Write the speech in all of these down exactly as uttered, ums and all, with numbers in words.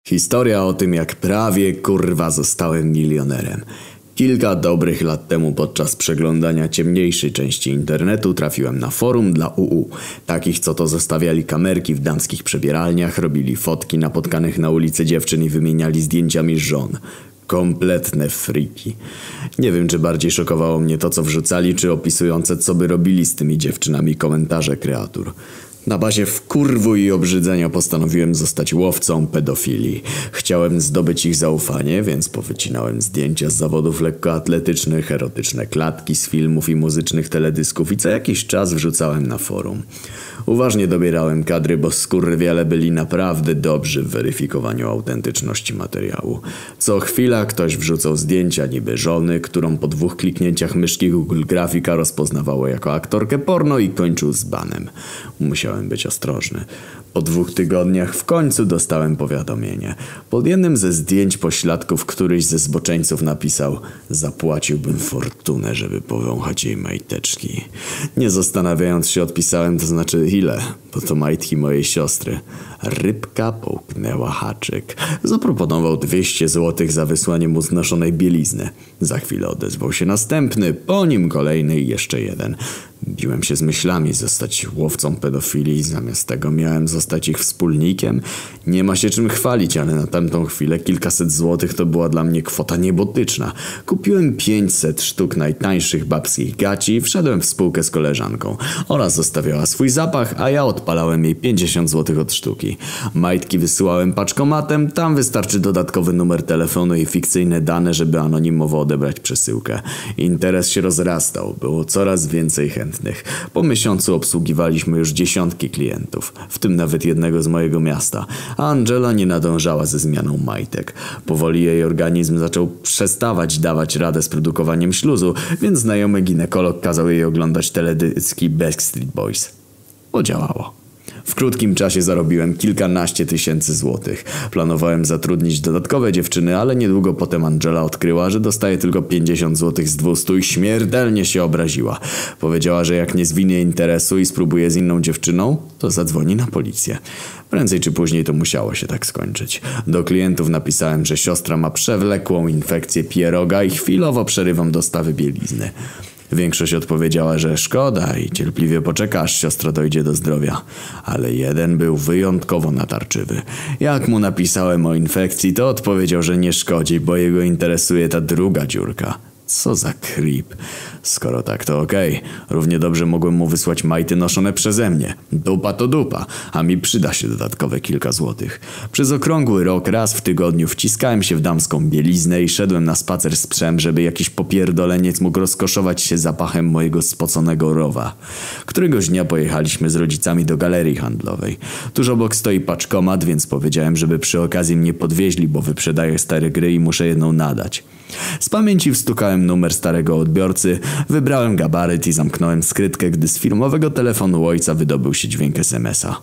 Historia o tym, jak prawie kurwa zostałem milionerem. Kilka dobrych lat temu podczas przeglądania ciemniejszej części internetu trafiłem na forum dla U U. Takich, co to zostawiali kamerki w damskich przebieralniach, robili fotki napotkanych na ulicy dziewczyn i wymieniali zdjęciami żon. Kompletne friki. Nie wiem, czy bardziej szokowało mnie to, co wrzucali, czy opisujące, co by robili z tymi dziewczynami komentarze kreatur. Na bazie wkurwu i obrzydzenia postanowiłem zostać łowcą pedofilii. Chciałem zdobyć ich zaufanie, więc powycinałem zdjęcia z zawodów lekkoatletycznych, erotyczne klatki z filmów i muzycznych teledysków i co jakiś czas wrzucałem na forum. Uważnie dobierałem kadry, bo skurwiele byli naprawdę dobrzy w weryfikowaniu autentyczności materiału. Co chwila ktoś wrzucał zdjęcia niby żony, którą po dwóch kliknięciach myszki Google Grafika rozpoznawało jako aktorkę porno i kończył z banem. Musiałem być ostrożny. Po dwóch tygodniach w końcu dostałem powiadomienie. Pod jednym ze zdjęć pośladków któryś ze zboczeńców napisał: zapłaciłbym fortunę, żeby powąchać jej majteczki. Nie zastanawiając się odpisałem, to znaczy ile, bo to majtki mojej siostry. Rybka połknęła haczyk. Zaproponował dwieście złotych za wysłanie mu znoszonej bielizny. Za chwilę odezwał się następny, po nim kolejny i jeszcze jeden. Biłem się z myślami zostać łowcą pedofilii, zamiast tego miałem zostać ich wspólnikiem. Nie ma się czym chwalić, ale na tamtą chwilę kilkaset złotych to była dla mnie kwota niebotyczna. Kupiłem pięćset sztuk najtańszych babskich gaci i wszedłem w spółkę z koleżanką. Ona zostawiała swój zapach, a ja odpalałem jej pięćdziesiąt złotych od sztuki. Majtki wysyłałem paczkomatem, tam wystarczy dodatkowy numer telefonu i fikcyjne dane, żeby anonimowo odebrać przesyłkę. Interes się rozrastał, było coraz więcej chętnych. Po miesiącu obsługiwaliśmy już dziesiątki klientów, w tym nawet jednego z mojego miasta, a Angela nie nadążała ze zmianą majtek. Powoli jej organizm zaczął przestawać dawać radę z produkowaniem śluzu, więc znajomy ginekolog kazał jej oglądać teledyski Backstreet Boys. Podziałało. W krótkim czasie zarobiłem kilkanaście tysięcy złotych. Planowałem zatrudnić dodatkowe dziewczyny, ale niedługo potem Angela odkryła, że dostaje tylko pięćdziesiąt złotych z dwustu i śmiertelnie się obraziła. Powiedziała, że jak nie zwinie interesu i spróbuje z inną dziewczyną, to zadzwoni na policję. Prędzej czy później to musiało się tak skończyć. Do klientów napisałem, że siostra ma przewlekłą infekcję pieroga i chwilowo przerywam dostawy bielizny. Większość odpowiedziała, że szkoda i cierpliwie poczeka, aż siostra dojdzie do zdrowia. Ale jeden był wyjątkowo natarczywy. Jak mu napisałem o infekcji, to odpowiedział, że nie szkodzi, bo jego interesuje ta druga dziurka. Co za creep. Skoro tak, to okej. Okay. Równie dobrze mogłem mu wysłać majty noszone przeze mnie. Dupa to dupa, a mi przyda się dodatkowe kilka złotych. Przez okrągły rok raz w tygodniu wciskałem się w damską bieliznę i szedłem na spacer z psem, żeby jakiś popierdoleniec mógł rozkoszować się zapachem mojego spoconego rowa. Któregoś dnia pojechaliśmy z rodzicami do galerii handlowej. Tuż obok stoi paczkomat, więc powiedziałem, żeby przy okazji mnie podwieźli, bo wyprzedaję stare gry i muszę jedną nadać. Z pamięci wstukałem numer starego odbiorcy, wybrałem gabaryt i zamknąłem skrytkę, gdy z firmowego telefonu ojca wydobył się dźwięk es em es a.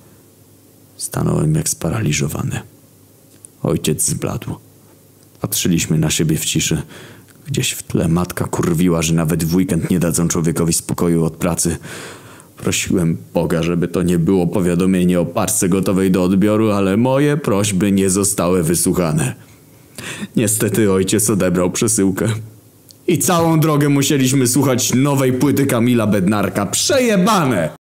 Stanąłem jak sparaliżowany. Ojciec zbladł. Patrzyliśmy na siebie w ciszy. Gdzieś w tle matka kurwiła, że nawet w weekend nie dadzą człowiekowi spokoju od pracy. Prosiłem Boga, żeby to nie było powiadomienie o paczce gotowej do odbioru, ale moje prośby nie zostały wysłuchane. Niestety ojciec odebrał przesyłkę. I całą drogę musieliśmy słuchać nowej płyty Kamila Bednarka. Przejebane!